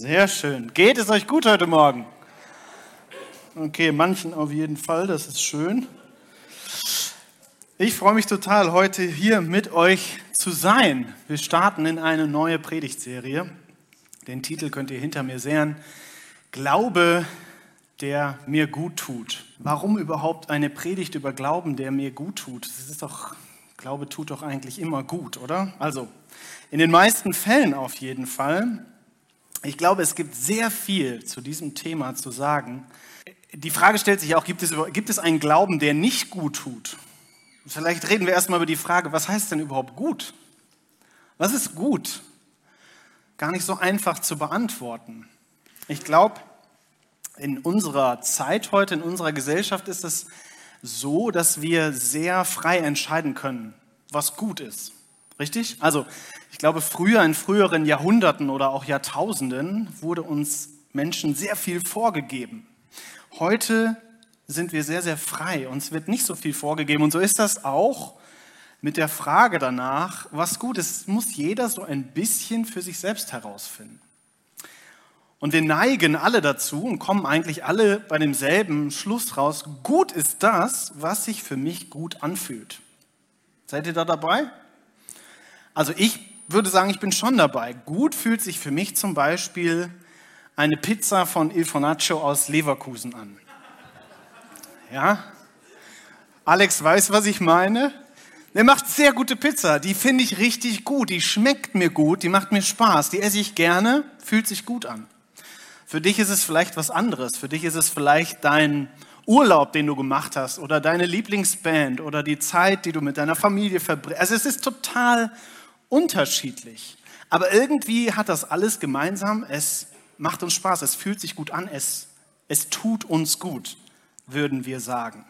Sehr schön. Geht es euch gut heute Morgen? Okay, manchen auf jeden Fall, das ist schön. Ich freue mich total, heute hier mit euch zu sein. Wir starten in eine neue Predigtserie. Den Titel könnt ihr hinter mir sehen. Glaube, der mir gut tut. Warum überhaupt eine Predigt über Glauben, der mir gut tut? Glaube tut doch eigentlich immer gut, oder? Also, in den meisten Fällen auf jeden Fall. Ich glaube, es gibt sehr viel zu diesem Thema zu sagen. Die Frage stellt sich auch, gibt es einen Glauben, der nicht gut tut? Vielleicht reden wir erstmal über die Frage, was heißt denn überhaupt gut? Was ist gut? Gar nicht so einfach zu beantworten. Ich glaube, in unserer Zeit heute, in unserer Gesellschaft ist es so, dass wir sehr frei entscheiden können, was gut ist. Richtig? Also, ich glaube, in früheren Jahrhunderten oder auch Jahrtausenden wurde uns Menschen sehr viel vorgegeben. Heute sind wir sehr, sehr frei. Uns wird nicht so viel vorgegeben. Und so ist das auch mit der Frage danach, was gut ist. Muss jeder so ein bisschen für sich selbst herausfinden. Und wir neigen alle dazu und kommen eigentlich alle bei demselben Schluss raus. Gut ist das, was sich für mich gut anfühlt. Seid ihr da dabei? Also ich würde sagen, ich bin schon dabei. Gut fühlt sich für mich zum Beispiel eine Pizza von Il Fornaggio aus Leverkusen an. Ja? Alex weiß, was ich meine. Der macht sehr gute Pizza. Die finde ich richtig gut. Die schmeckt mir gut. Die macht mir Spaß. Die esse ich gerne. Fühlt sich gut an. Für dich ist es vielleicht was anderes. Für dich ist es vielleicht dein Urlaub, den du gemacht hast oder deine Lieblingsband oder die Zeit, die du mit deiner Familie verbringst. Also es ist total unterschiedlich. Aber irgendwie hat das alles gemeinsam. Es macht uns Spaß. Es fühlt sich gut an. Es tut uns gut, würden wir sagen.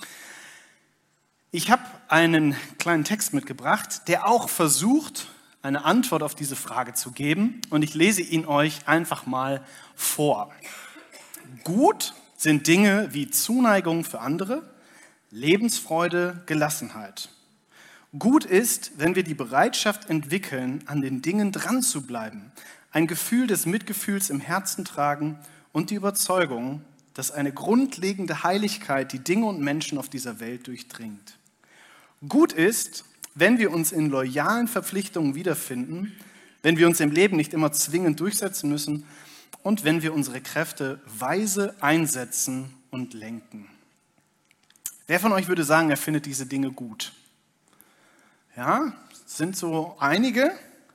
Ich habe einen kleinen Text mitgebracht, der auch versucht, eine Antwort auf diese Frage zu geben. Und ich lese ihn euch einfach mal vor. Gut sind Dinge wie Zuneigung für andere, Lebensfreude, Gelassenheit. Gut ist, wenn wir die Bereitschaft entwickeln, an den Dingen dran zu bleiben, ein Gefühl des Mitgefühls im Herzen tragen und die Überzeugung, dass eine grundlegende Heiligkeit die Dinge und Menschen auf dieser Welt durchdringt. Gut ist, wenn wir uns in loyalen Verpflichtungen wiederfinden, wenn wir uns im Leben nicht immer zwingend durchsetzen müssen und wenn wir unsere Kräfte weise einsetzen und lenken. Wer von euch würde sagen, er findet diese Dinge gut? Ja, es sind so einige.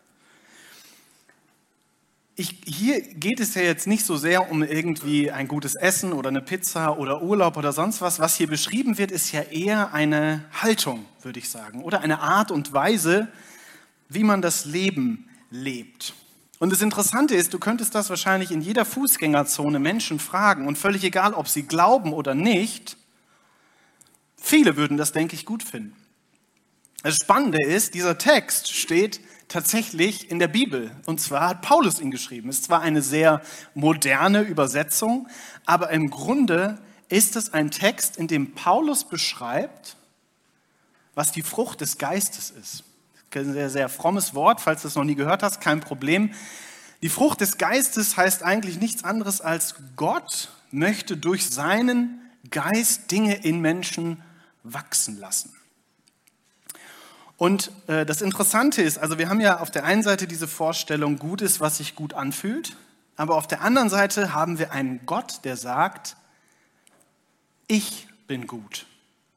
Hier geht es ja jetzt nicht so sehr um irgendwie ein gutes Essen oder eine Pizza oder Urlaub oder sonst was. Was hier beschrieben wird, ist ja eher eine Haltung, würde ich sagen, oder eine Art und Weise, wie man das Leben lebt. Und das Interessante ist, du könntest das wahrscheinlich in jeder Fußgängerzone Menschen fragen und völlig egal, ob sie glauben oder nicht, viele würden das, denke ich, gut finden. Das Spannende ist, dieser Text steht tatsächlich in der Bibel. Und zwar hat Paulus ihn geschrieben. Es ist zwar eine sehr moderne Übersetzung, aber im Grunde ist es ein Text, in dem Paulus beschreibt, was die Frucht des Geistes ist. Ein sehr, sehr frommes Wort, falls du es noch nie gehört hast, kein Problem. Die Frucht des Geistes heißt eigentlich nichts anderes als Gott möchte durch seinen Geist Dinge in Menschen wachsen lassen. Und das Interessante ist, also wir haben ja auf der einen Seite diese Vorstellung, gut ist, was sich gut anfühlt, aber auf der anderen Seite haben wir einen Gott, der sagt, ich bin gut.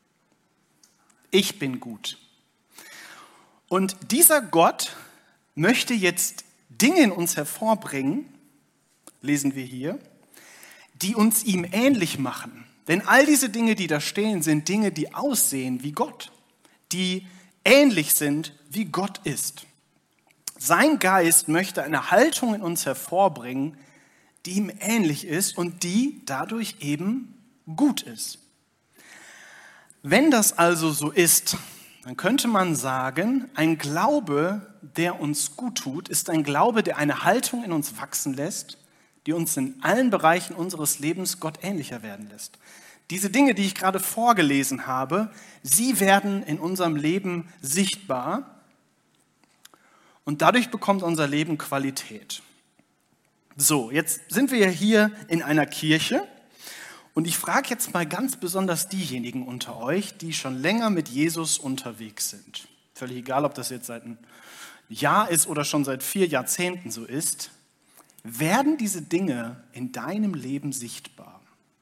Ich bin gut. Und dieser Gott möchte jetzt Dinge in uns hervorbringen, lesen wir hier, die uns ihm ähnlich machen. Denn all diese Dinge, die da stehen, sind Dinge, die aussehen wie Gott, die ähnlich sind, wie Gott ist. Sein Geist möchte eine Haltung in uns hervorbringen, die ihm ähnlich ist und die dadurch eben gut ist. Wenn das also so ist, dann könnte man sagen, ein Glaube, der uns gut tut, ist ein Glaube, der eine Haltung in uns wachsen lässt, die uns in allen Bereichen unseres Lebens Gott ähnlicher werden lässt. Diese Dinge, die ich gerade vorgelesen habe, sie werden in unserem Leben sichtbar und dadurch bekommt unser Leben Qualität. So, jetzt sind wir ja hier in einer Kirche und ich frage jetzt mal ganz besonders diejenigen unter euch, die schon länger mit Jesus unterwegs sind. Völlig egal, ob das jetzt seit einem Jahr ist oder schon seit 4 Jahrzehnten so ist. Werden diese Dinge in deinem Leben sichtbar?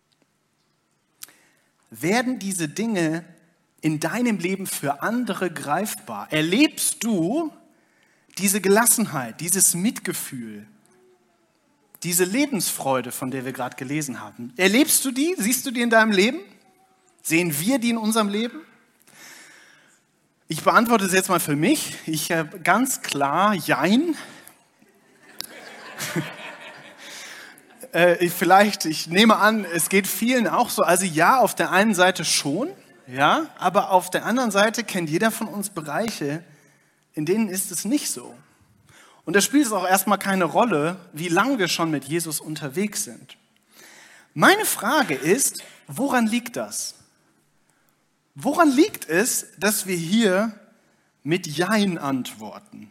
Werden diese Dinge in deinem Leben für andere greifbar? Erlebst du diese Gelassenheit, dieses Mitgefühl, diese Lebensfreude, von der wir gerade gelesen haben? Erlebst du die? Siehst du die in deinem Leben? Sehen wir die in unserem Leben? Ich beantworte es jetzt mal für mich. Ich habe ganz klar Jein. Ich nehme an, es geht vielen auch so. Also ja, auf der einen Seite schon, ja, aber auf der anderen Seite kennt jeder von uns Bereiche, in denen ist es nicht so. Und da spielt es auch erstmal keine Rolle, wie lange wir schon mit Jesus unterwegs sind. Meine Frage ist, woran liegt das? Woran liegt es, dass wir hier mit Jein antworten?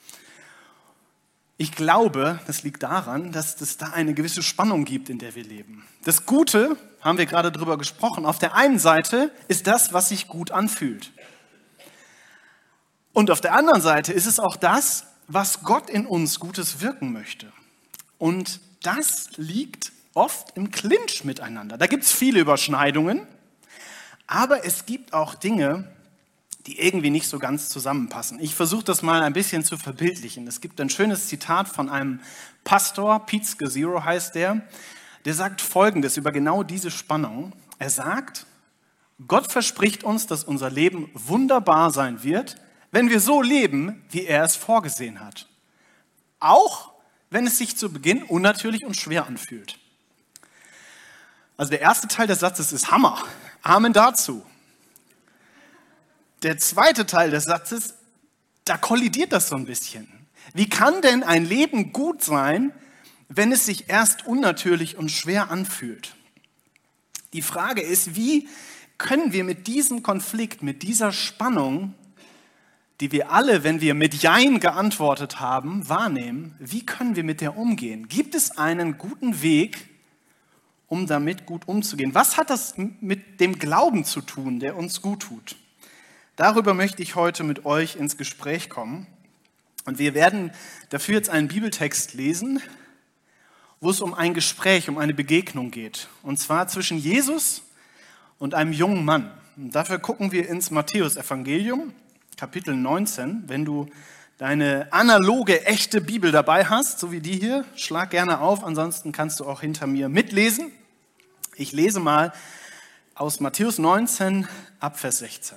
Ich glaube, das liegt daran, dass es da eine gewisse Spannung gibt, in der wir leben. Das Gute, haben wir gerade drüber gesprochen, auf der einen Seite ist das, was sich gut anfühlt. Und auf der anderen Seite ist es auch das, was Gott in uns Gutes wirken möchte. Und das liegt oft im Clinch miteinander. Da gibt es viele Überschneidungen, aber es gibt auch Dinge, die irgendwie nicht so ganz zusammenpassen. Ich versuche das mal ein bisschen zu verbildlichen. Es gibt ein schönes Zitat von einem Pastor, Pete Scazzero heißt der sagt Folgendes über genau diese Spannung. Er sagt, Gott verspricht uns, dass unser Leben wunderbar sein wird, wenn wir so leben, wie er es vorgesehen hat. Auch wenn es sich zu Beginn unnatürlich und schwer anfühlt. Also der erste Teil des Satzes ist Hammer. Amen dazu. Der zweite Teil des Satzes, da kollidiert das so ein bisschen. Wie kann denn ein Leben gut sein, wenn es sich erst unnatürlich und schwer anfühlt? Die Frage ist, wie können wir mit diesem Konflikt, mit dieser Spannung, die wir alle, wenn wir mit Jein geantwortet haben, wahrnehmen, wie können wir mit der umgehen? Gibt es einen guten Weg, um damit gut umzugehen? Was hat das mit dem Glauben zu tun, der uns gut tut? Darüber möchte ich heute mit euch ins Gespräch kommen. Und wir werden dafür jetzt einen Bibeltext lesen, wo es um ein Gespräch, um eine Begegnung geht. Und zwar zwischen Jesus und einem jungen Mann. Und dafür gucken wir ins Matthäus-Evangelium, Kapitel 19. Wenn du deine analoge, echte Bibel dabei hast, so wie die hier, schlag gerne auf. Ansonsten kannst du auch hinter mir mitlesen. Ich lese mal aus Matthäus 19 ab Vers 16.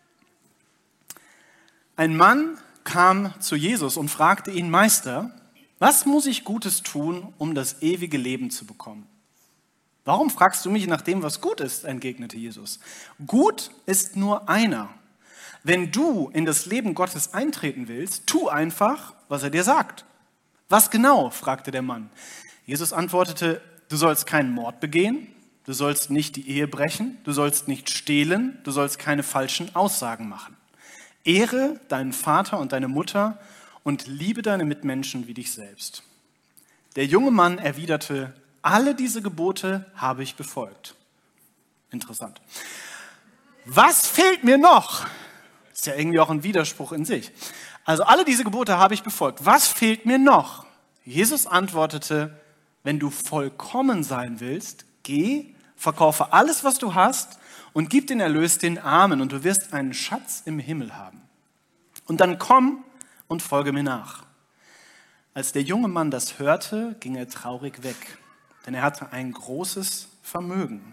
Ein Mann kam zu Jesus und fragte ihn, Meister, was muss ich Gutes tun, um das ewige Leben zu bekommen? Warum fragst du mich nach dem, was gut ist, entgegnete Jesus. Gut ist nur einer. Wenn du in das Leben Gottes eintreten willst, tu einfach, was er dir sagt. Was genau? Fragte der Mann. Jesus antwortete, du sollst keinen Mord begehen, du sollst nicht die Ehe brechen, du sollst nicht stehlen, du sollst keine falschen Aussagen machen. Ehre deinen Vater und deine Mutter und liebe deine Mitmenschen wie dich selbst. Der junge Mann erwiderte, alle diese Gebote habe ich befolgt. Interessant. Was fehlt mir noch? Ist ja irgendwie auch ein Widerspruch in sich. Also alle diese Gebote habe ich befolgt. Was fehlt mir noch? Jesus antwortete, wenn du vollkommen sein willst, geh, verkaufe alles, was du hast und gib den Erlös den Armen und du wirst einen Schatz im Himmel haben. Und dann komm und folge mir nach. Als der junge Mann das hörte, ging er traurig weg, denn er hatte ein großes Vermögen.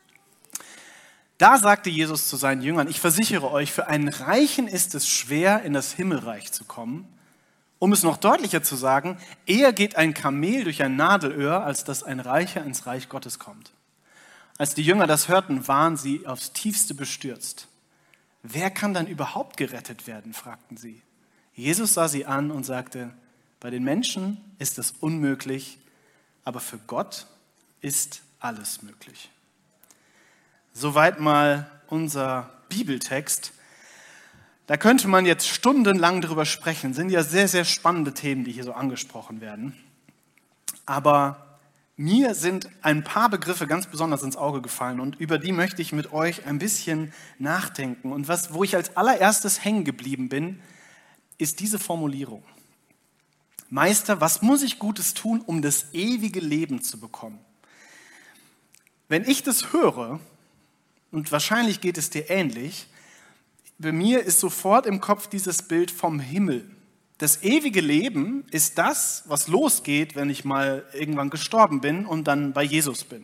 Da sagte Jesus zu seinen Jüngern, ich versichere euch, für einen Reichen ist es schwer, in das Himmelreich zu kommen. Um es noch deutlicher zu sagen, eher geht ein Kamel durch ein Nadelöhr, als dass ein Reicher ins Reich Gottes kommt. Als die Jünger das hörten, waren sie aufs Tiefste bestürzt. Wer kann dann überhaupt gerettet werden, fragten sie. Jesus sah sie an und sagte, bei den Menschen ist es unmöglich, aber für Gott ist alles möglich. Soweit mal unser Bibeltext. Da könnte man jetzt stundenlang drüber sprechen. Sind ja sehr, sehr spannende Themen, die hier so angesprochen werden. Aber mir sind ein paar Begriffe ganz besonders ins Auge gefallen und über die möchte ich mit euch ein bisschen nachdenken. Und wo ich als allererstes hängen geblieben bin, ist diese Formulierung. Meister, was muss ich Gutes tun, um das ewige Leben zu bekommen? Wenn ich das höre, und wahrscheinlich geht es dir ähnlich, bei mir ist sofort im Kopf dieses Bild vom Himmel. Das ewige Leben ist das, was losgeht, wenn ich mal irgendwann gestorben bin und dann bei Jesus bin.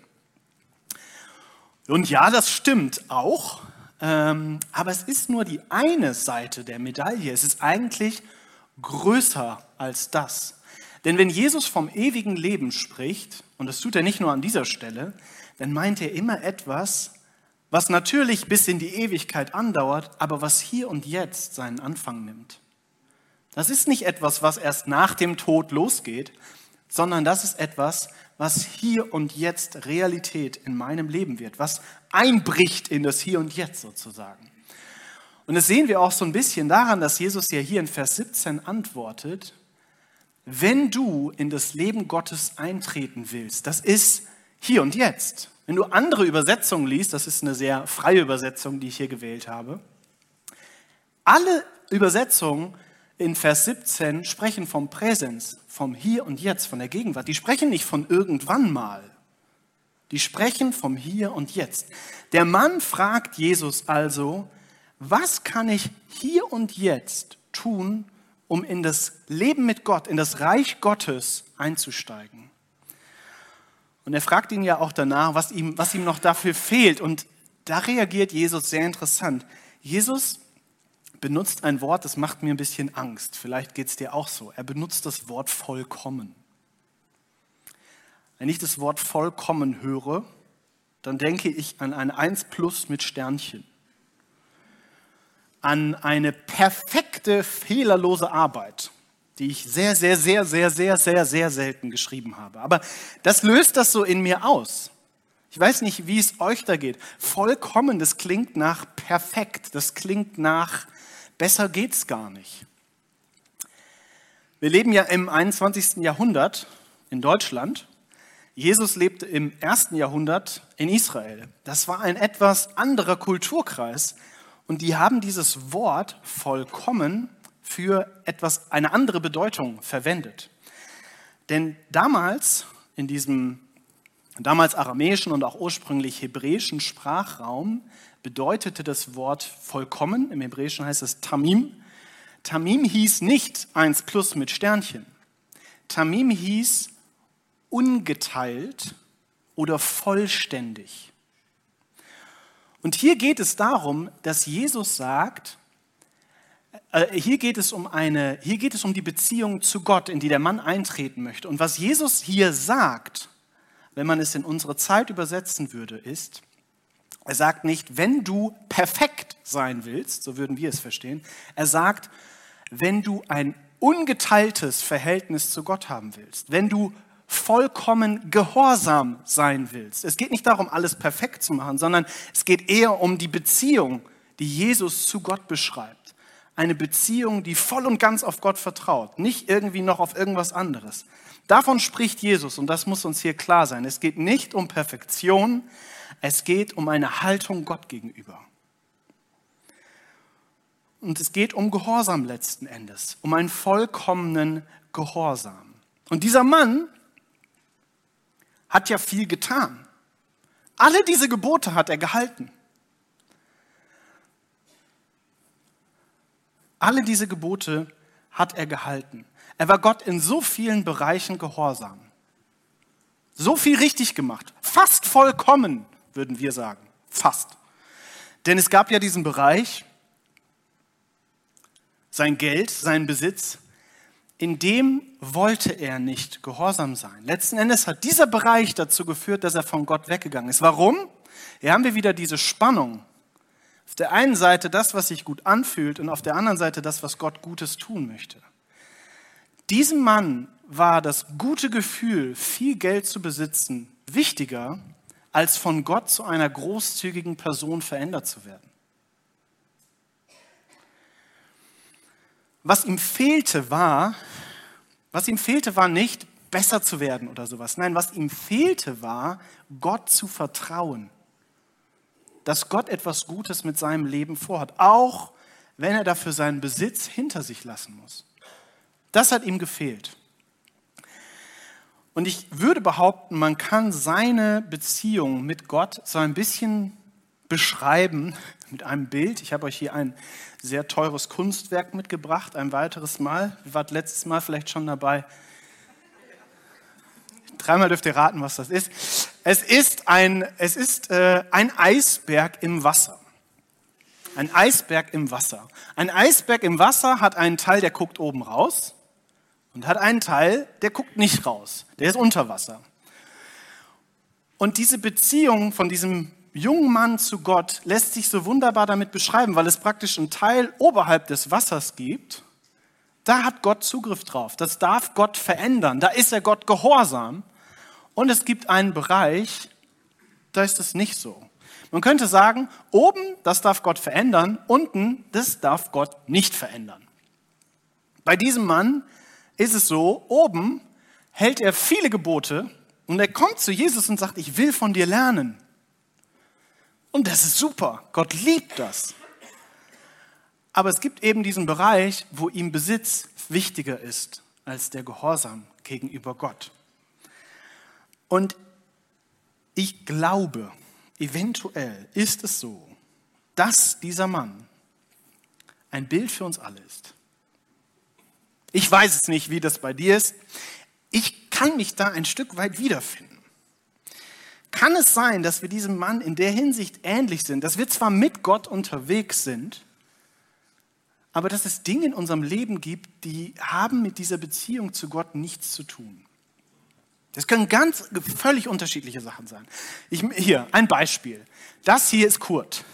Und ja, das stimmt auch, aber es ist nur die eine Seite der Medaille. Es ist eigentlich größer als das. Denn wenn Jesus vom ewigen Leben spricht, und das tut er nicht nur an dieser Stelle, dann meint er immer etwas, was natürlich bis in die Ewigkeit andauert, aber was hier und jetzt seinen Anfang nimmt. Das ist nicht etwas, was erst nach dem Tod losgeht, sondern das ist etwas, was hier und jetzt Realität in meinem Leben wird, was einbricht in das Hier und Jetzt sozusagen. Und das sehen wir auch so ein bisschen daran, dass Jesus ja hier in Vers 17 antwortet, wenn du in das Leben Gottes eintreten willst, das ist hier und jetzt. Wenn du andere Übersetzungen liest, das ist eine sehr freie Übersetzung, die ich hier gewählt habe, alle Übersetzungen in Vers 17 sprechen vom Präsens, vom Hier und Jetzt, von der Gegenwart. Die sprechen nicht von irgendwann mal. Die sprechen vom Hier und Jetzt. Der Mann fragt Jesus also, was kann ich hier und jetzt tun, um in das Leben mit Gott, in das Reich Gottes einzusteigen? Und er fragt ihn ja auch danach, was ihm noch dafür fehlt. Und da reagiert Jesus sehr interessant. Jesus benutzt ein Wort, das macht mir ein bisschen Angst. Vielleicht geht es dir auch so. Er benutzt das Wort vollkommen. Wenn ich das Wort vollkommen höre, dann denke ich an ein 1+ mit Sternchen. An eine perfekte, fehlerlose Arbeit, die ich sehr, sehr, sehr, sehr, sehr, sehr, sehr selten geschrieben habe. Aber das löst das so in mir aus. Ich weiß nicht, wie es euch da geht. Vollkommen, das klingt nach perfekt. Das klingt nach besser geht's gar nicht. Wir leben ja im 21. Jahrhundert in Deutschland. Jesus lebte im 1. Jahrhundert in Israel. Das war ein etwas anderer Kulturkreis. Und die haben dieses Wort vollkommen für eine andere Bedeutung verwendet. Denn damals, in diesem damals aramäischen und auch ursprünglich hebräischen Sprachraum, bedeutete das Wort vollkommen, im Hebräischen heißt es Tamim. Tamim hieß nicht 1+ mit Sternchen. Tamim hieß ungeteilt oder vollständig. Und hier geht es darum, dass Jesus sagt, hier geht es um die Beziehung zu Gott, in die der Mann eintreten möchte. Und was Jesus hier sagt, wenn man es in unsere Zeit übersetzen würde, ist, er sagt nicht, wenn du perfekt sein willst, so würden wir es verstehen. Er sagt, wenn du ein ungeteiltes Verhältnis zu Gott haben willst, wenn du vollkommen gehorsam sein willst. Es geht nicht darum, alles perfekt zu machen, sondern es geht eher um die Beziehung, die Jesus zu Gott beschreibt. Eine Beziehung, die voll und ganz auf Gott vertraut, nicht irgendwie noch auf irgendwas anderes. Davon spricht Jesus und das muss uns hier klar sein. Es geht nicht um Perfektion, es geht um eine Haltung Gott gegenüber. Und es geht um Gehorsam letzten Endes, um einen vollkommenen Gehorsam. Und dieser Mann hat ja viel getan. Alle diese Gebote hat er gehalten. Alle diese Gebote hat er gehalten. Er war Gott in so vielen Bereichen gehorsam. So viel richtig gemacht. Fast vollkommen, würden wir sagen. Fast. Denn es gab ja diesen Bereich, sein Geld, seinen Besitz, in dem wollte er nicht gehorsam sein. Letzten Endes hat dieser Bereich dazu geführt, dass er von Gott weggegangen ist. Warum? Hier haben wir wieder diese Spannung. Auf der einen Seite das, was sich gut anfühlt und auf der anderen Seite das, was Gott Gutes tun möchte. Diesem Mann war das gute Gefühl, viel Geld zu besitzen, wichtiger, als von Gott zu einer großzügigen Person verändert zu werden. Was ihm fehlte war nicht besser zu werden oder sowas. Nein, was ihm fehlte, war, Gott zu vertrauen. Dass Gott etwas Gutes mit seinem Leben vorhat, auch wenn er dafür seinen Besitz hinter sich lassen muss. Das hat ihm gefehlt. Und ich würde behaupten, man kann seine Beziehung mit Gott so ein bisschen beschreiben mit einem Bild. Ich habe euch hier ein sehr teures Kunstwerk mitgebracht, ein weiteres Mal. Ihr wart letztes Mal vielleicht schon dabei. Dreimal dürft ihr raten, was das ist. Es ist ein Eisberg im Wasser. Ein Eisberg im Wasser. Ein Eisberg im Wasser hat einen Teil, der guckt oben raus. Und hat einen Teil, der guckt nicht raus, der ist unter Wasser. Und diese Beziehung von diesem jungen Mann zu Gott lässt sich so wunderbar damit beschreiben, weil es praktisch einen Teil oberhalb des Wassers gibt. Da hat Gott Zugriff drauf, das darf Gott verändern, da ist er Gott gehorsam. Und es gibt einen Bereich, da ist es nicht so. Man könnte sagen, oben, das darf Gott verändern, unten, das darf Gott nicht verändern. Bei diesem Mann ist es so, oben hält er viele Gebote und er kommt zu Jesus und sagt, ich will von dir lernen. Und das ist super, Gott liebt das. Aber es gibt eben diesen Bereich, wo ihm Besitz wichtiger ist als der Gehorsam gegenüber Gott. Und ich glaube, eventuell ist es so, dass dieser Mann ein Bild für uns alle ist. Ich weiß es nicht, wie das bei dir ist. Ich kann mich da ein Stück weit wiederfinden. Kann es sein, dass wir diesem Mann in der Hinsicht ähnlich sind, dass wir zwar mit Gott unterwegs sind, aber dass es Dinge in unserem Leben gibt, die haben mit dieser Beziehung zu Gott nichts zu tun. Das können völlig unterschiedliche Sachen sein. Hier, ein Beispiel. Das hier ist Kurt.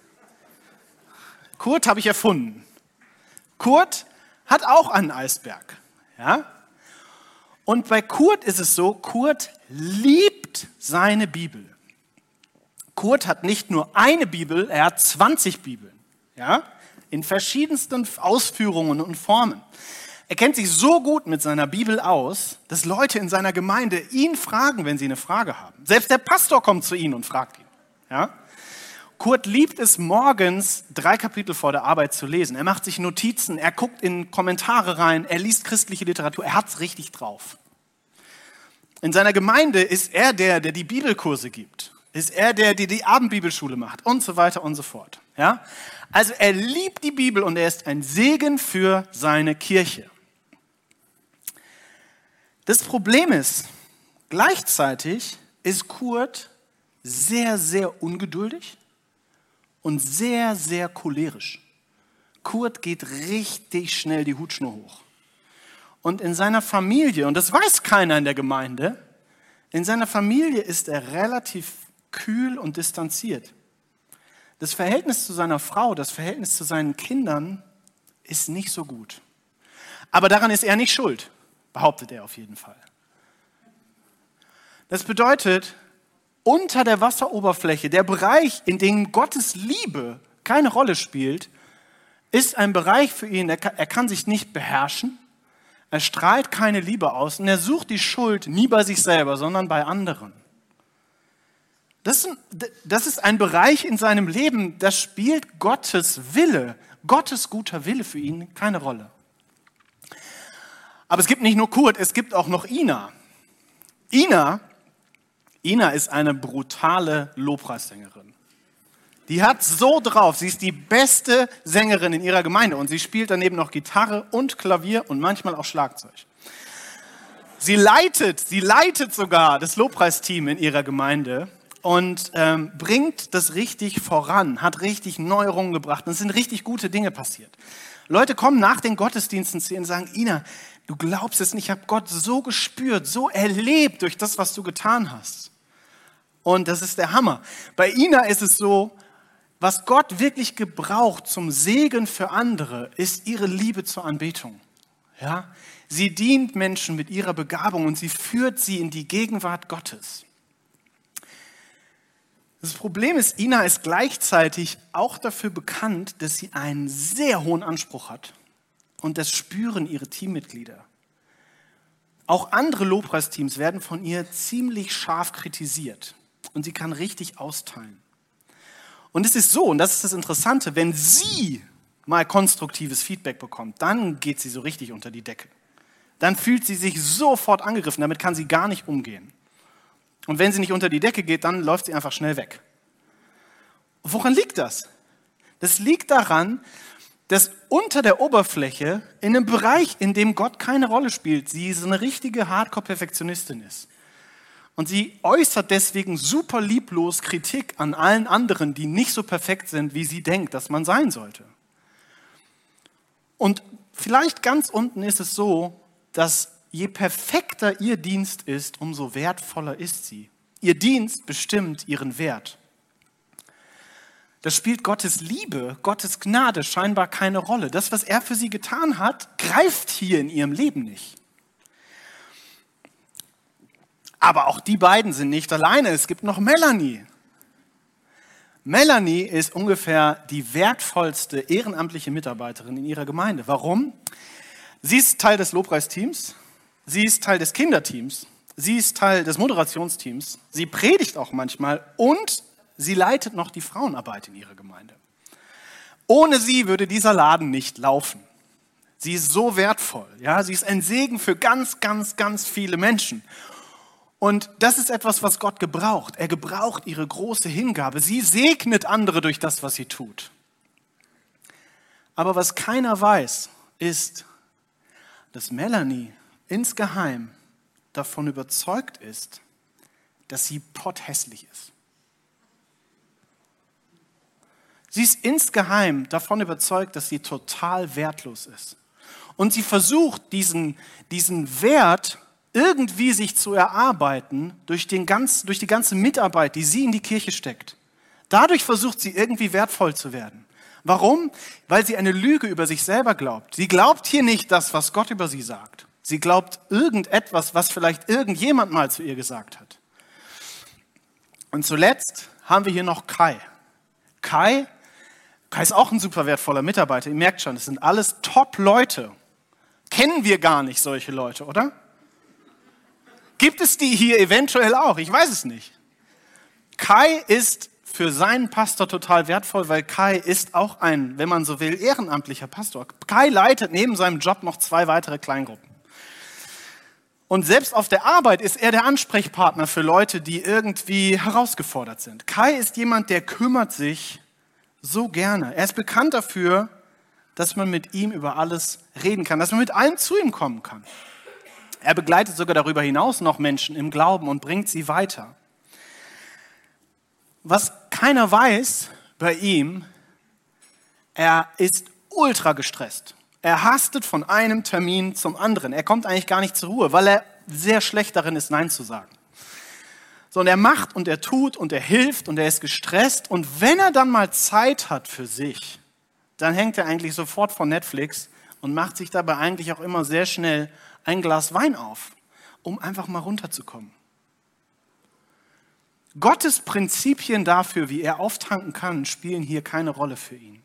Kurt habe ich erfunden. Kurt hat auch einen Eisberg. Ja? Und bei Kurt ist es so, Kurt liebt seine Bibel. Kurt hat nicht nur eine Bibel, er hat 20 Bibeln. Ja? In verschiedensten Ausführungen und Formen. Er kennt sich so gut mit seiner Bibel aus, dass Leute in seiner Gemeinde ihn fragen, wenn sie eine Frage haben. Selbst der Pastor kommt zu ihm und fragt ihn. Ja? Kurt liebt es, morgens 3 Kapitel vor der Arbeit zu lesen. Er macht sich Notizen, er guckt in Kommentare rein, er liest christliche Literatur, er hat es richtig drauf. In seiner Gemeinde ist er der die Bibelkurse gibt. Ist er der die Abendbibelschule macht und so weiter und so fort. Ja? Also er liebt die Bibel und er ist ein Segen für seine Kirche. Das Problem ist, gleichzeitig ist Kurt sehr, sehr ungeduldig und sehr, sehr cholerisch. Kurt geht richtig schnell die Hutschnur hoch. Und in seiner Familie, und das weiß keiner in der Gemeinde, in seiner Familie ist er relativ kühl und distanziert. Das Verhältnis zu seiner Frau, das Verhältnis zu seinen Kindern ist nicht so gut. Aber daran ist er nicht schuld, behauptet er auf jeden Fall. Das bedeutet, unter der Wasseroberfläche, der Bereich, in dem Gottes Liebe keine Rolle spielt, ist ein Bereich für ihn, er kann sich nicht beherrschen, er strahlt keine Liebe aus und er sucht die Schuld nie bei sich selber, sondern bei anderen. Das ist ein Bereich in seinem Leben, da spielt Gottes Wille, Gottes guter Wille für ihn keine Rolle. Aber es gibt nicht nur Kurt, es gibt auch noch Ina. Ina ist eine brutale Lobpreissängerin. Die hat so drauf, sie ist die beste Sängerin in ihrer Gemeinde und sie spielt daneben noch Gitarre und Klavier und manchmal auch Schlagzeug. Sie leitet sogar das Lobpreisteam in ihrer Gemeinde und bringt das richtig voran, hat richtig Neuerungen gebracht und es sind richtig gute Dinge passiert. Leute kommen nach den Gottesdiensten zu ihr und sagen, Ina, du glaubst es nicht, ich habe Gott so gespürt, so erlebt durch das, was du getan hast. Und das ist der Hammer. Bei Ina ist es so, was Gott wirklich gebraucht zum Segen für andere, ist ihre Liebe zur Anbetung. Ja? Sie dient Menschen mit ihrer Begabung und sie führt sie in die Gegenwart Gottes. Das Problem ist, Ina ist gleichzeitig auch dafür bekannt, dass sie einen sehr hohen Anspruch hat. Und das spüren ihre Teammitglieder. Auch andere Lobpreisteams werden von ihr ziemlich scharf kritisiert. Und sie kann richtig austeilen. Und es ist so, und das ist das Interessante, wenn sie mal konstruktives Feedback bekommt, dann geht sie so richtig unter die Decke. Dann fühlt sie sich sofort angegriffen, damit kann sie gar nicht umgehen. Und wenn sie nicht unter die Decke geht, dann läuft sie einfach schnell weg. Woran liegt das? Das liegt daran, dass unter der Oberfläche, in einem Bereich, in dem Gott keine Rolle spielt, sie so eine richtige Hardcore-Perfektionistin ist. Und sie äußert deswegen super lieblos Kritik an allen anderen, die nicht so perfekt sind, wie sie denkt, dass man sein sollte. Und vielleicht ganz unten ist es so, dass je perfekter ihr Dienst ist, umso wertvoller ist sie. Ihr Dienst bestimmt ihren Wert. Das spielt Gottes Liebe, Gottes Gnade scheinbar keine Rolle. Das, was er für sie getan hat, greift hier in ihrem Leben nicht. Aber auch die beiden sind nicht alleine. Es gibt noch Melanie. Melanie ist ungefähr die wertvollste ehrenamtliche Mitarbeiterin in ihrer Gemeinde. Warum? Sie ist Teil des Lobpreisteams, sie ist Teil des Kinderteams, sie ist Teil des Moderationsteams, sie predigt auch manchmal und sie leitet noch die Frauenarbeit in ihrer Gemeinde. Ohne sie würde dieser Laden nicht laufen. Sie ist so wertvoll. Ja? Sie ist ein Segen für ganz, ganz, ganz viele Menschen. Und das ist etwas, was Gott gebraucht. Er gebraucht ihre große Hingabe. Sie segnet andere durch das, was sie tut. Aber was keiner weiß, ist, dass Melanie insgeheim davon überzeugt ist, dass sie potthässlich ist. Sie ist insgeheim davon überzeugt, dass sie total wertlos ist. Und sie versucht, diesen Wert irgendwie sich zu erarbeiten durch die ganze Mitarbeit, die sie in die Kirche steckt. Dadurch versucht sie irgendwie wertvoll zu werden. Warum? Weil sie eine Lüge über sich selber glaubt. Sie glaubt hier nicht das, was Gott über sie sagt. Sie glaubt irgendetwas, was vielleicht irgendjemand mal zu ihr gesagt hat. Und zuletzt haben wir hier noch Kai. Kai ist auch ein super wertvoller Mitarbeiter. Ihr merkt schon, das sind alles Top-Leute. Kennen wir gar nicht solche Leute, oder? Gibt es die hier eventuell auch? Ich weiß es nicht. Kai ist für seinen Pastor total wertvoll, weil Kai ist auch ein, wenn man so will, ehrenamtlicher Pastor. Kai leitet neben seinem Job noch 2 weitere Kleingruppen. Und selbst auf der Arbeit ist er der Ansprechpartner für Leute, die irgendwie herausgefordert sind. Kai ist jemand, der kümmert sich so gerne. Er ist bekannt dafür, dass man mit ihm über alles reden kann, dass man mit allem zu ihm kommen kann. Er begleitet sogar darüber hinaus noch Menschen im Glauben und bringt sie weiter. Was keiner weiß bei ihm, er ist ultra gestresst. Er hastet von einem Termin zum anderen. Er kommt eigentlich gar nicht zur Ruhe, weil er sehr schlecht darin ist, Nein zu sagen. So, und er macht und er tut und er hilft und er ist gestresst. Und wenn er dann mal Zeit hat für sich, dann hängt er eigentlich sofort vor Netflix und macht sich dabei eigentlich auch immer sehr schnell ein Glas Wein auf, um einfach mal runterzukommen. Gottes Prinzipien dafür, wie er auftanken kann, spielen hier keine Rolle für ihn.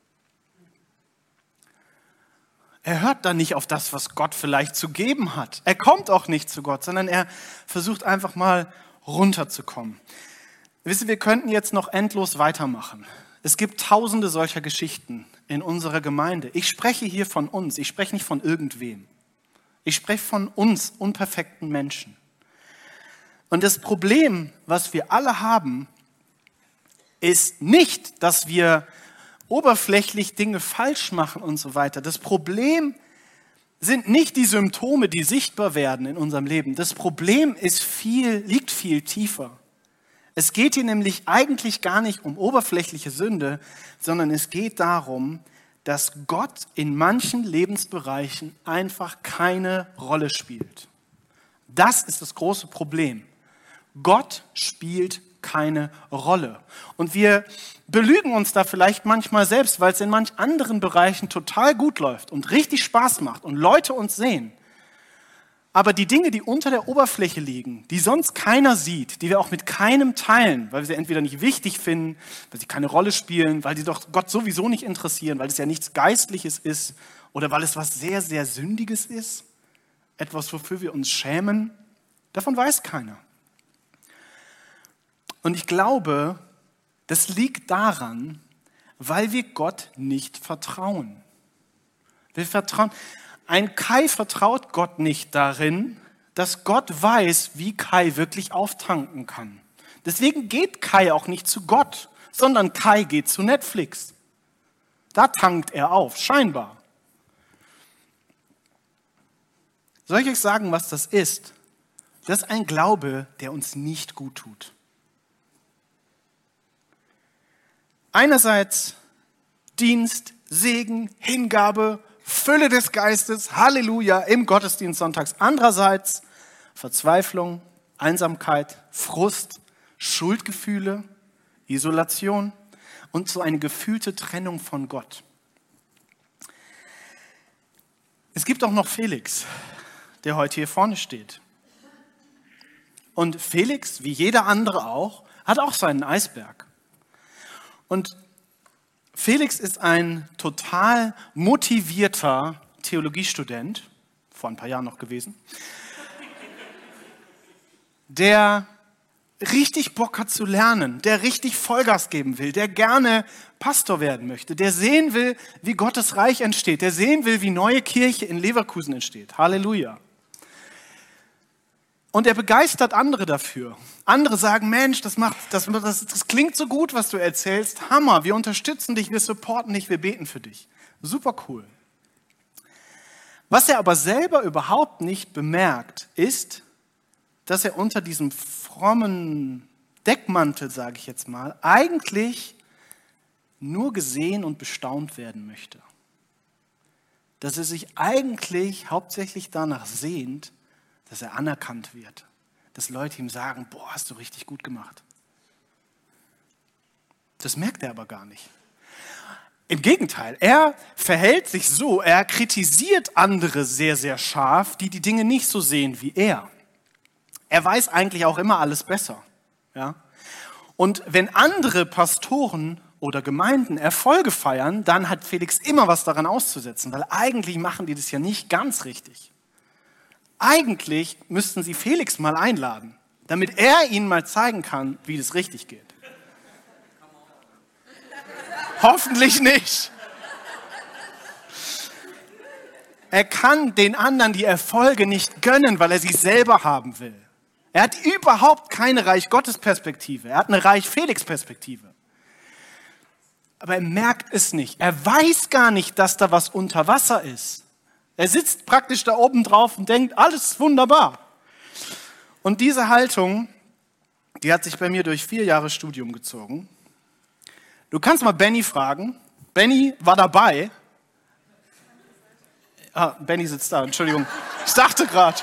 Er hört dann nicht auf das, was Gott vielleicht zu geben hat. Er kommt auch nicht zu Gott, sondern er versucht einfach mal runterzukommen. Wisst ihr, wir könnten jetzt noch endlos weitermachen. Es gibt tausende solcher Geschichten in unserer Gemeinde. Ich spreche hier von uns, ich spreche nicht von irgendwem. Ich spreche von uns, unperfekten Menschen. Und das Problem, was wir alle haben, ist nicht, dass wir oberflächlich Dinge falsch machen und so weiter. Das Problem sind nicht die Symptome, die sichtbar werden in unserem Leben. Das Problem liegt viel tiefer. Es geht hier nämlich eigentlich gar nicht um oberflächliche Sünde, sondern es geht darum, dass Gott in manchen Lebensbereichen einfach keine Rolle spielt. Das ist das große Problem. Gott spielt keine Rolle. Und wir belügen uns da vielleicht manchmal selbst, weil es in manch anderen Bereichen total gut läuft und richtig Spaß macht und Leute uns sehen. Aber die Dinge, die unter der Oberfläche liegen, die sonst keiner sieht, die wir auch mit keinem teilen, weil wir sie entweder nicht wichtig finden, weil sie keine Rolle spielen, weil sie doch Gott sowieso nicht interessieren, weil es ja nichts Geistliches ist oder weil es was sehr, sehr Sündiges ist, etwas, wofür wir uns schämen, davon weiß keiner. Und ich glaube, das liegt daran, weil wir Gott nicht vertrauen. Ein Kai vertraut Gott nicht darin, dass Gott weiß, wie Kai wirklich auftanken kann. Deswegen geht Kai auch nicht zu Gott, sondern Kai geht zu Netflix. Da tankt er auf, scheinbar. Soll ich euch sagen, was das ist? Das ist ein Glaube, der uns nicht gut tut. Einerseits Dienst, Segen, Hingabe, Fülle des Geistes, Halleluja im Gottesdienst sonntags. Andererseits Verzweiflung, Einsamkeit, Frust, Schuldgefühle, Isolation und so eine gefühlte Trennung von Gott. Es gibt auch noch Felix, der heute hier vorne steht. Und Felix, wie jeder andere auch, hat auch seinen Eisberg. Und Felix ist ein total motivierter Theologiestudent, vor ein paar Jahren noch gewesen, der richtig Bock hat zu lernen, der richtig Vollgas geben will, der gerne Pastor werden möchte, der sehen will, wie Gottes Reich entsteht, der sehen will, wie neue Kirche in Leverkusen entsteht. Halleluja. Und er begeistert andere dafür. Andere sagen, Mensch, das klingt so gut, was du erzählst. Hammer, wir unterstützen dich, wir supporten dich, wir beten für dich. Super cool. Was er aber selber überhaupt nicht bemerkt, ist, dass er unter diesem frommen Deckmantel, sage ich jetzt mal, eigentlich nur gesehen und bestaunt werden möchte. Dass er sich eigentlich hauptsächlich danach sehnt, dass er anerkannt wird, dass Leute ihm sagen, boah, hast du richtig gut gemacht. Das merkt er aber gar nicht. Im Gegenteil, er verhält sich so, er kritisiert andere sehr, sehr scharf, die die Dinge nicht so sehen wie er. Er weiß eigentlich auch immer alles besser. Ja? Und wenn andere Pastoren oder Gemeinden Erfolge feiern, dann hat Felix immer was daran auszusetzen, weil eigentlich machen die das ja nicht ganz richtig. Eigentlich müssten sie Felix mal einladen, damit er ihnen mal zeigen kann, wie das richtig geht. Hoffentlich nicht. Er kann den anderen die Erfolge nicht gönnen, weil er sie selber haben will. Er hat überhaupt keine Reich-Gottes-Perspektive. Er hat eine Reich-Felix-Perspektive. Aber er merkt es nicht. Er weiß gar nicht, dass da was unter Wasser ist. Er sitzt praktisch da oben drauf und denkt, alles ist wunderbar. Und diese Haltung, die hat sich bei mir durch 4 Jahre Studium gezogen. Du kannst mal Benny fragen. Benny war dabei. Benny sitzt da, Entschuldigung. Ich dachte gerade.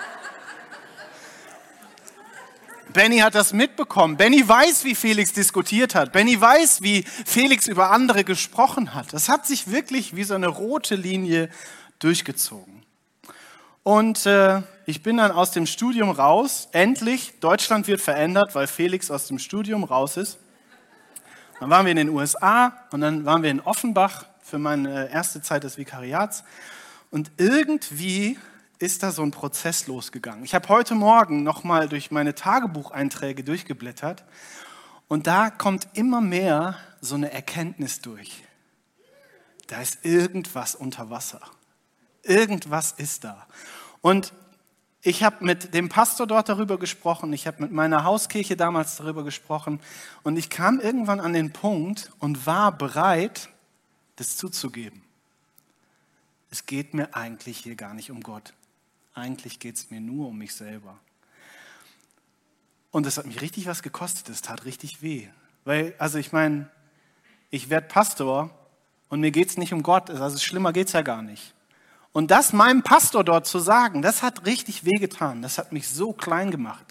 Benny hat das mitbekommen. Benny weiß, wie Felix diskutiert hat. Benny weiß, wie Felix über andere gesprochen hat. Das hat sich wirklich wie so eine rote Linie durchgezogen. Und ich bin dann aus dem Studium raus. Endlich, Deutschland wird verändert, weil Felix aus dem Studium raus ist. Dann waren wir in den USA und dann waren wir in Offenbach für meine erste Zeit des Vikariats. Und irgendwie ist da so ein Prozess losgegangen. Ich habe heute Morgen nochmal durch meine Tagebucheinträge durchgeblättert und da kommt immer mehr so eine Erkenntnis durch. Da ist irgendwas unter Wasser. Irgendwas ist da. Und ich habe mit dem Pastor dort darüber gesprochen, ich habe mit meiner Hauskirche damals darüber gesprochen und ich kam irgendwann an den Punkt und war bereit, das zuzugeben. Es geht mir eigentlich hier gar nicht um Gott. Eigentlich geht es mir nur um mich selber. Und das hat mich richtig was gekostet, das tat richtig weh. Weil, ich werde Pastor und mir geht es nicht um Gott, also schlimmer geht es ja gar nicht. Und das meinem Pastor dort zu sagen, das hat richtig wehgetan, das hat mich so klein gemacht.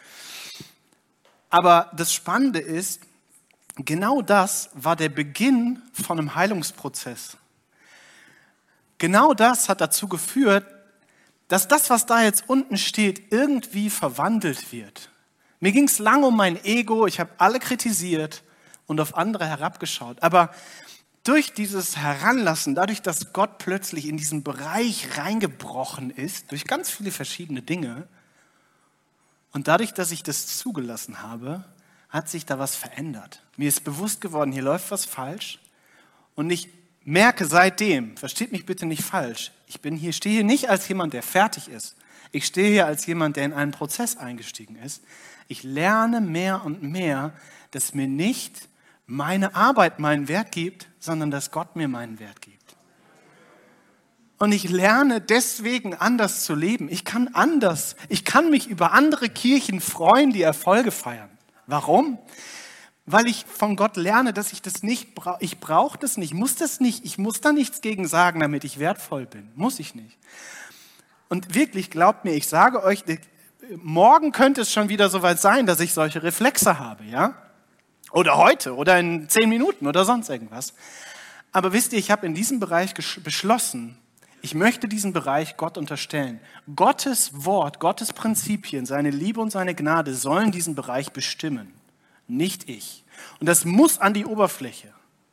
Aber das Spannende ist, genau das war der Beginn von einem Heilungsprozess. Genau das hat dazu geführt, dass das, was da jetzt unten steht, irgendwie verwandelt wird. Mir ging es lange um mein Ego, ich habe alle kritisiert und auf andere herabgeschaut. Aber durch dieses Heranlassen, dadurch, dass Gott plötzlich in diesen Bereich reingebrochen ist, durch ganz viele verschiedene Dinge, und dadurch, dass ich das zugelassen habe, hat sich da was verändert. Mir ist bewusst geworden, hier läuft was falsch. Und ich merke seitdem, versteht mich bitte nicht falsch, stehe hier nicht als jemand, der fertig ist. Ich stehe hier als jemand, der in einen Prozess eingestiegen ist. Ich lerne mehr und mehr, dass mir nicht meine Arbeit meinen Wert gibt, sondern dass Gott mir meinen Wert gibt. Und ich lerne deswegen anders zu leben. Ich kann mich über andere Kirchen freuen, die Erfolge feiern. Warum? Weil ich von Gott lerne, dass ich das nicht brauche. Ich brauche das nicht, ich muss da nichts gegen sagen, damit ich wertvoll bin. Muss ich nicht. Und wirklich, glaubt mir, ich sage euch, morgen könnte es schon wieder soweit sein, dass ich solche Reflexe habe, ja? Oder heute oder in 10 Minuten oder sonst irgendwas. Aber wisst ihr, ich habe in diesem Bereich beschlossen, ich möchte diesen Bereich Gott unterstellen. Gottes Wort, Gottes Prinzipien, seine Liebe und seine Gnade sollen diesen Bereich bestimmen, nicht ich. Und das muss an die Oberfläche.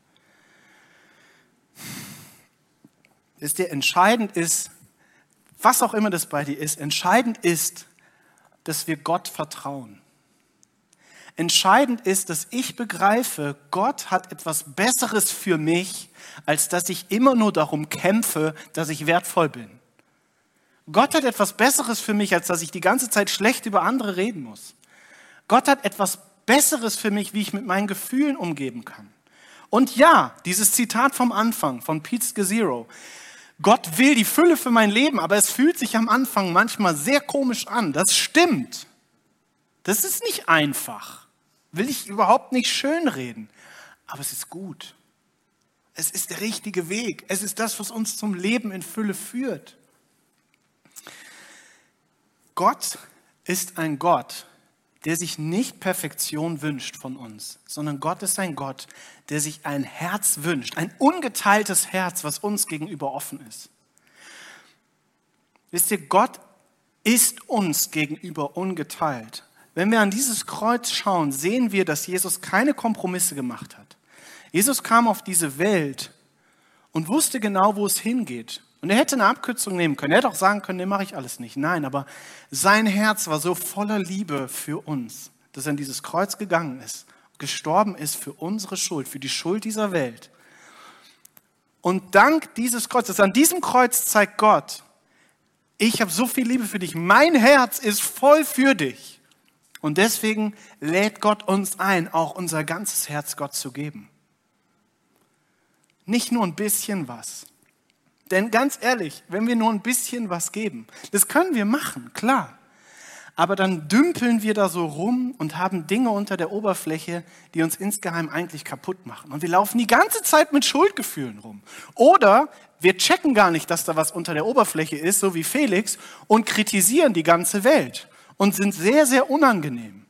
Wisst ihr, entscheidend ist, was auch immer das bei dir ist, entscheidend ist, dass wir Gott vertrauen. Entscheidend ist, dass ich begreife, Gott hat etwas Besseres für mich, als dass ich immer nur darum kämpfe, dass ich wertvoll bin. Gott hat etwas Besseres für mich, als dass ich die ganze Zeit schlecht über andere reden muss. Gott hat etwas Besseres für mich, wie ich mit meinen Gefühlen umgehen kann. Und ja, dieses Zitat vom Anfang, von Pete Scazzero, Gott will die Fülle für mein Leben, aber es fühlt sich am Anfang manchmal sehr komisch an. Das stimmt. Das ist nicht einfach. Will ich überhaupt nicht schönreden. Aber es ist gut. Es ist der richtige Weg. Es ist das, was uns zum Leben in Fülle führt. Gott ist ein Gott, der sich nicht Perfektion wünscht von uns, sondern Gott ist ein Gott, der sich ein Herz wünscht, ein ungeteiltes Herz, was uns gegenüber offen ist. Wisst ihr, Gott ist uns gegenüber ungeteilt. Wenn wir an dieses Kreuz schauen, sehen wir, dass Jesus keine Kompromisse gemacht hat. Jesus kam auf diese Welt und wusste genau, wo es hingeht. Und er hätte eine Abkürzung nehmen können. Er hätte auch sagen können, nee, mache ich alles nicht. Nein, aber sein Herz war so voller Liebe für uns, dass er an dieses Kreuz gegangen ist, gestorben ist für unsere Schuld, für die Schuld dieser Welt. Und dank dieses Kreuzes, an diesem Kreuz zeigt Gott, ich habe so viel Liebe für dich, mein Herz ist voll für dich. Und deswegen lädt Gott uns ein, auch unser ganzes Herz Gott zu geben. Nicht nur ein bisschen was. Denn ganz ehrlich, wenn wir nur ein bisschen was geben, das können wir machen, klar. Aber dann dümpeln wir da so rum und haben Dinge unter der Oberfläche, die uns insgeheim eigentlich kaputt machen. Und wir laufen die ganze Zeit mit Schuldgefühlen rum. Oder wir checken gar nicht, dass da was unter der Oberfläche ist, so wie Felix, und kritisieren die ganze Welt und sind sehr, sehr unangenehm.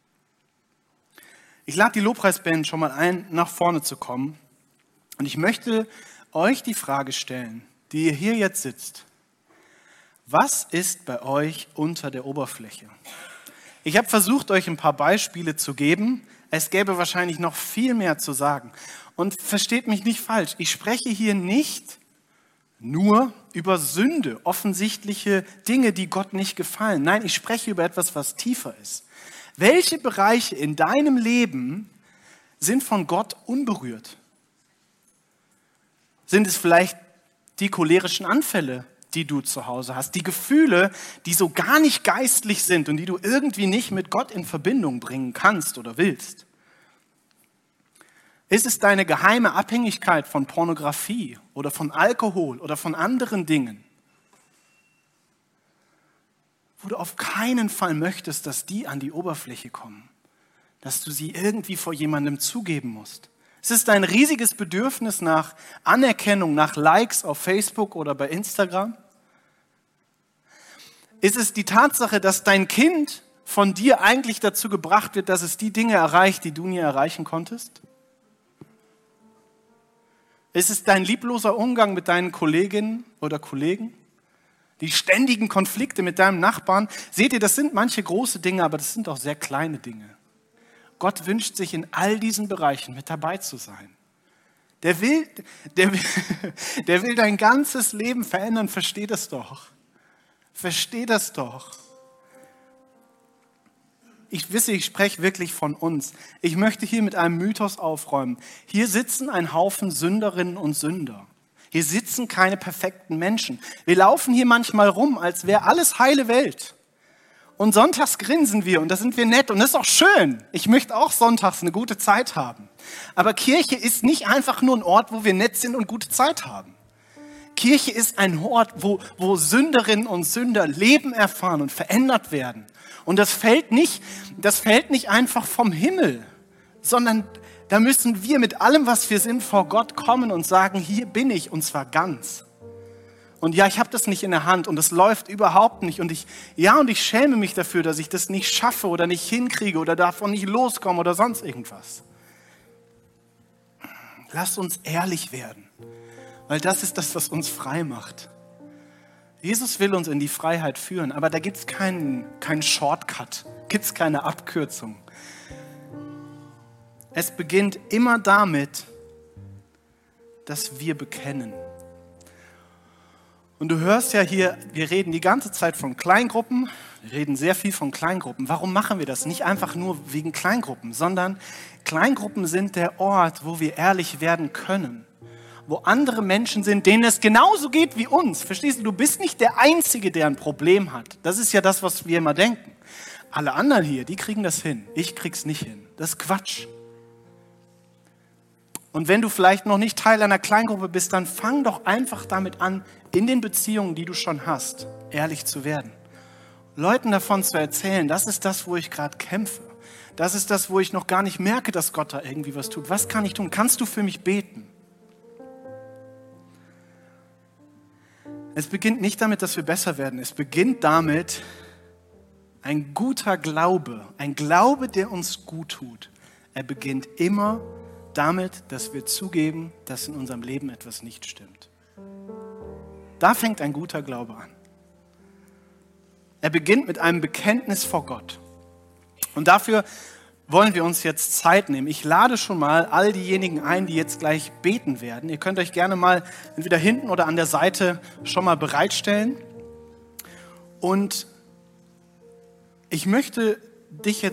Ich lade die Lobpreisband schon mal ein, nach vorne zu kommen. Und ich möchte euch die Frage stellen, die ihr hier jetzt sitzt. Was ist bei euch unter der Oberfläche? Ich habe versucht, euch ein paar Beispiele zu geben. Es gäbe wahrscheinlich noch viel mehr zu sagen. Und versteht mich nicht falsch, ich spreche hier nicht nur über Sünde, offensichtliche Dinge, die Gott nicht gefallen. Nein, ich spreche über etwas, was tiefer ist. Welche Bereiche in deinem Leben sind von Gott unberührt? Sind es vielleicht die cholerischen Anfälle, die du zu Hause hast, die Gefühle, die so gar nicht geistlich sind und die du irgendwie nicht mit Gott in Verbindung bringen kannst oder willst? Ist es deine geheime Abhängigkeit von Pornografie oder von Alkohol oder von anderen Dingen, wo du auf keinen Fall möchtest, dass die an die Oberfläche kommen, dass du sie irgendwie vor jemandem zugeben musst? Es ist ein riesiges Bedürfnis nach Anerkennung, nach Likes auf Facebook oder bei Instagram. Ist es die Tatsache, dass dein Kind von dir eigentlich dazu gebracht wird, dass es die Dinge erreicht, die du nie erreichen konntest? Ist es dein liebloser Umgang mit deinen Kolleginnen oder Kollegen? Die ständigen Konflikte mit deinem Nachbarn? Seht ihr, das sind manche große Dinge, aber das sind auch sehr kleine Dinge. Gott wünscht sich in all diesen Bereichen mit dabei zu sein. Der will, der, will- der will dein ganzes Leben verändern. Versteh das doch. Versteh das doch. Ich spreche wirklich von uns. Ich möchte hier mit einem Mythos aufräumen. Hier sitzen ein Haufen Sünderinnen und Sünder. Hier sitzen keine perfekten Menschen. Wir laufen hier manchmal rum, als wäre alles heile Welt. Und sonntags grinsen wir und da sind wir nett und das ist auch schön. Ich möchte auch sonntags eine gute Zeit haben. Aber Kirche ist nicht einfach nur ein Ort, wo wir nett sind und gute Zeit haben. Kirche ist ein Ort, wo Sünderinnen und Sünder Leben erfahren und verändert werden. Und das fällt nicht einfach vom Himmel, sondern da müssen wir mit allem, was wir sind, vor Gott kommen und sagen, hier bin ich und zwar ganz. Und ja, ich habe das nicht in der Hand und es läuft überhaupt nicht. Und ich schäme mich dafür, dass ich das nicht schaffe oder nicht hinkriege oder davon nicht loskomme oder sonst irgendwas. Lasst uns ehrlich werden, weil das ist das, was uns frei macht. Jesus will uns in die Freiheit führen, aber da gibt es keinen Shortcut, gibt es keine Abkürzung. Es beginnt immer damit, dass wir bekennen. Und du hörst ja hier, wir reden die ganze Zeit von Kleingruppen, wir reden sehr viel von Kleingruppen. Warum machen wir das? Nicht einfach nur wegen Kleingruppen, sondern Kleingruppen sind der Ort, wo wir ehrlich werden können. Wo andere Menschen sind, denen es genauso geht wie uns. Verstehst du? Du bist nicht der Einzige, der ein Problem hat. Das ist ja das, was wir immer denken. Alle anderen hier, die kriegen das hin. Ich krieg's nicht hin. Das ist Quatsch. Und wenn du vielleicht noch nicht Teil einer Kleingruppe bist, dann fang doch einfach damit an, in den Beziehungen, die du schon hast, ehrlich zu werden. Leuten davon zu erzählen, das ist das, wo ich gerade kämpfe. Das ist das, wo ich noch gar nicht merke, dass Gott da irgendwie was tut. Was kann ich tun? Kannst du für mich beten? Es beginnt nicht damit, dass wir besser werden. Es beginnt damit, ein guter Glaube, ein Glaube, der uns gut tut. Er beginnt immer damit, dass wir zugeben, dass in unserem Leben etwas nicht stimmt. Da fängt ein guter Glaube an. Er beginnt mit einem Bekenntnis vor Gott. Und dafür wollen wir uns jetzt Zeit nehmen. Ich lade schon mal all diejenigen ein, die jetzt gleich beten werden. Ihr könnt euch gerne mal entweder hinten oder an der Seite schon mal bereitstellen. Und ich möchte dich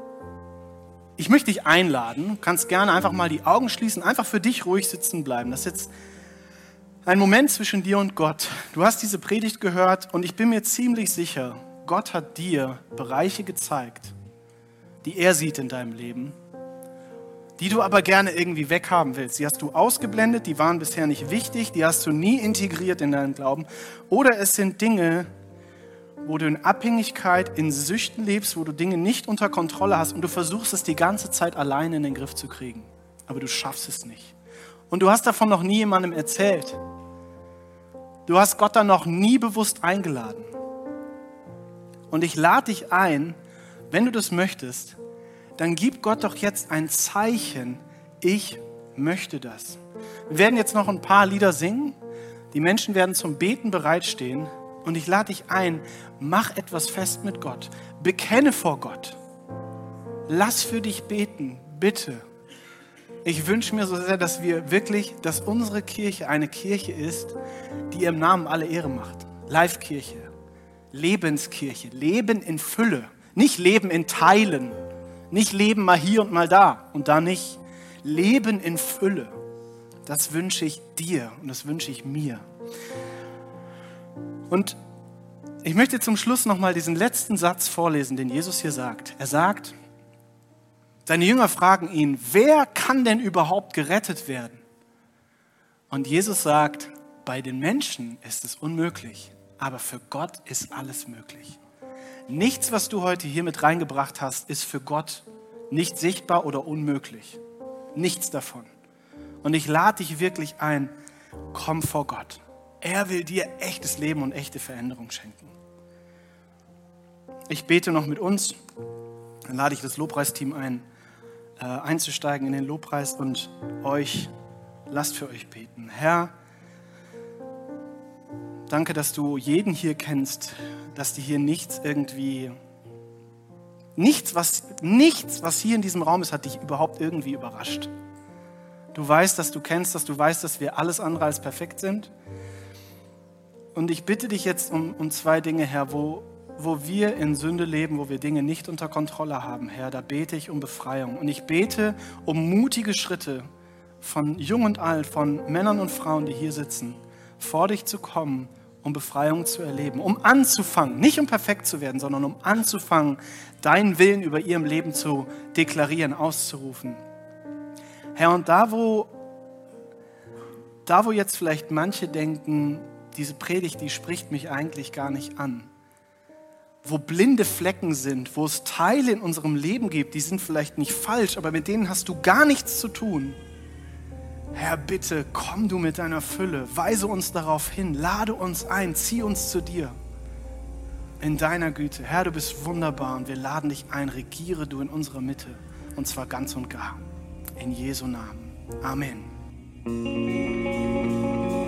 einladen. Du kannst gerne einfach mal die Augen schließen, einfach für dich ruhig sitzen bleiben. Das ist jetzt ein Moment zwischen dir und Gott. Du hast diese Predigt gehört und ich bin mir ziemlich sicher, Gott hat dir Bereiche gezeigt, die er sieht in deinem Leben, die du aber gerne irgendwie weghaben willst. Die hast du ausgeblendet, die waren bisher nicht wichtig, die hast du nie integriert in deinen Glauben. Oder es sind Dinge, wo du in Abhängigkeit, in Süchten lebst, wo du Dinge nicht unter Kontrolle hast und du versuchst es die ganze Zeit alleine in den Griff zu kriegen. Aber du schaffst es nicht. Und du hast davon noch nie jemandem erzählt. Du hast Gott da noch nie bewusst eingeladen. Und ich lade dich ein, wenn du das möchtest, dann gib Gott doch jetzt ein Zeichen, ich möchte das. Wir werden jetzt noch ein paar Lieder singen, die Menschen werden zum Beten bereitstehen und ich lade dich ein, mach etwas fest mit Gott, bekenne vor Gott, lass für dich beten, bitte. Ich wünsche mir so sehr, dass unsere Kirche eine Kirche ist, die ihrem Namen alle Ehre macht. Live-Kirche, Lebenskirche, Leben in Fülle. Nicht Leben in Teilen, nicht Leben mal hier und mal da und da nicht. Leben in Fülle, das wünsche ich dir und das wünsche ich mir. Und ich möchte zum Schluss nochmal diesen letzten Satz vorlesen, den Jesus hier sagt. Er sagt, seine Jünger fragen ihn, wer kann denn überhaupt gerettet werden? Und Jesus sagt, bei den Menschen ist es unmöglich, aber für Gott ist alles möglich. Nichts, was du heute hier mit reingebracht hast, ist für Gott nicht sichtbar oder unmöglich. Nichts davon. Und ich lade dich wirklich ein, komm vor Gott. Er will dir echtes Leben und echte Veränderung schenken. Ich bete noch mit uns. Dann lade ich das Lobpreisteam ein, einzusteigen in den Lobpreis und lasst für euch beten. Herr, danke, dass du jeden hier kennst, dass dir hier nichts, was hier in diesem Raum ist, hat dich überhaupt irgendwie überrascht. Du weißt, dass du kennst, dass du weißt, dass wir alles andere als perfekt sind. Und ich bitte dich jetzt um zwei Dinge, Herr, wo wir in Sünde leben, wo wir Dinge nicht unter Kontrolle haben, Herr, da bete ich um Befreiung. Und ich bete um mutige Schritte von Jung und Alt, von Männern und Frauen, die hier sitzen, vor dich zu kommen, um Befreiung zu erleben, um anzufangen, nicht um perfekt zu werden, sondern um anzufangen, deinen Willen über ihrem Leben zu deklarieren, auszurufen. Herr, und da wo jetzt vielleicht manche denken, diese Predigt, die spricht mich eigentlich gar nicht an, wo blinde Flecken sind, wo es Teile in unserem Leben gibt, die sind vielleicht nicht falsch, aber mit denen hast du gar nichts zu tun. Herr, bitte, komm du mit deiner Fülle, weise uns darauf hin, lade uns ein, zieh uns zu dir in deiner Güte. Herr, du bist wunderbar und wir laden dich ein, regiere du in unserer Mitte und zwar ganz und gar. In Jesu Namen. Amen.